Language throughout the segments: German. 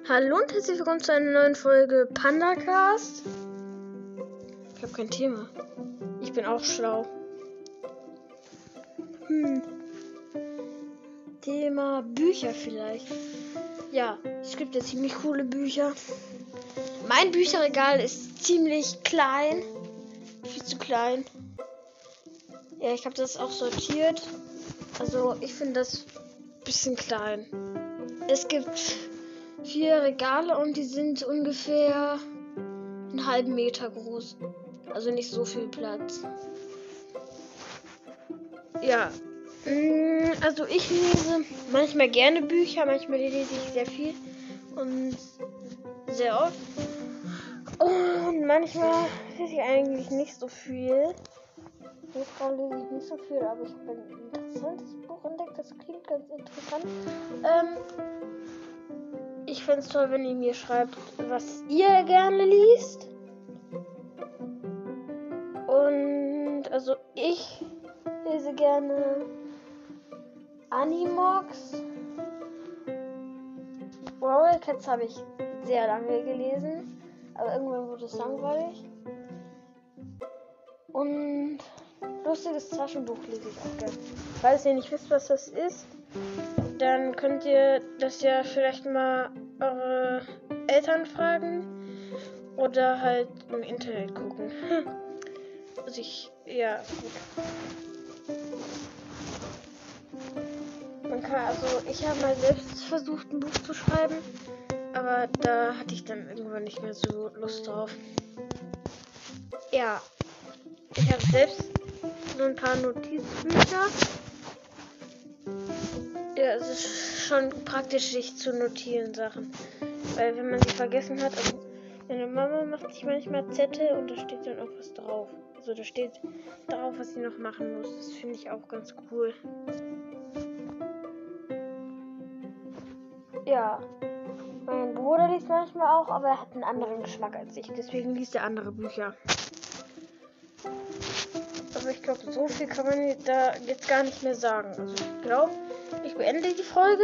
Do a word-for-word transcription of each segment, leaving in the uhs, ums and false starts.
Hallo und herzlich willkommen zu einer neuen Folge PandaCast. Ich habe kein Thema. Ich bin auch schlau. Hm. Thema Bücher vielleicht. Ja, es gibt ja ziemlich coole Bücher. Mein Bücherregal ist ziemlich klein. Viel zu klein. Ja, ich habe das auch sortiert. Also, ich finde das ein bisschen klein. Es gibt vier Regale und die sind ungefähr einen halben Meter groß. Also nicht so viel Platz. Ja. Also ich lese manchmal gerne Bücher, manchmal lese ich sehr viel und sehr oft. Und manchmal lese ich eigentlich nicht so viel. Jetzt gerade lese ich nicht so viel, aber ich habe ein interessantes Buch entdeckt. Das klingt ganz interessant. Ähm, ich fände es toll, wenn ihr mir schreibt, was ihr gerne liest. Und also ich lese gerne Animox. Warrior Cats habe ich sehr lange gelesen, aber irgendwann wurde es langweilig. Und lustiges Taschenbuch lese ich auch gerne. Falls ihr nicht wisst, was das ist, dann könnt ihr das ja vielleicht mal eure Eltern fragen oder halt im Internet gucken. Also ich, ja, gut. Man kann, also ich habe mal selbst versucht, ein Buch zu schreiben, aber da hatte ich dann irgendwann nicht mehr so Lust drauf. Ja, ich habe selbst so ein paar Notizbücher. Ja, es ist schon praktisch, sich zu notieren Sachen. Weil wenn man sie vergessen hat, also meine Mama macht sich manchmal Zettel und da steht dann auch was drauf. Also da steht drauf, was sie noch machen muss. Das finde ich auch ganz cool. Ja, mein Bruder liest manchmal auch, aber er hat einen anderen Geschmack als ich. Deswegen liest er andere Bücher. Aber ich glaube, so viel kann man da jetzt gar nicht mehr sagen. Also ich glaube, ich beende die Folge.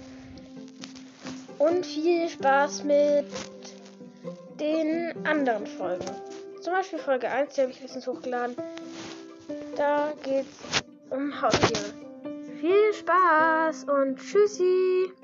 Und viel Spaß mit den anderen Folgen. Zum Beispiel Folge eins, die habe ich letztens hochgeladen. Da geht's um Haustiere. Viel Spaß und tschüssi!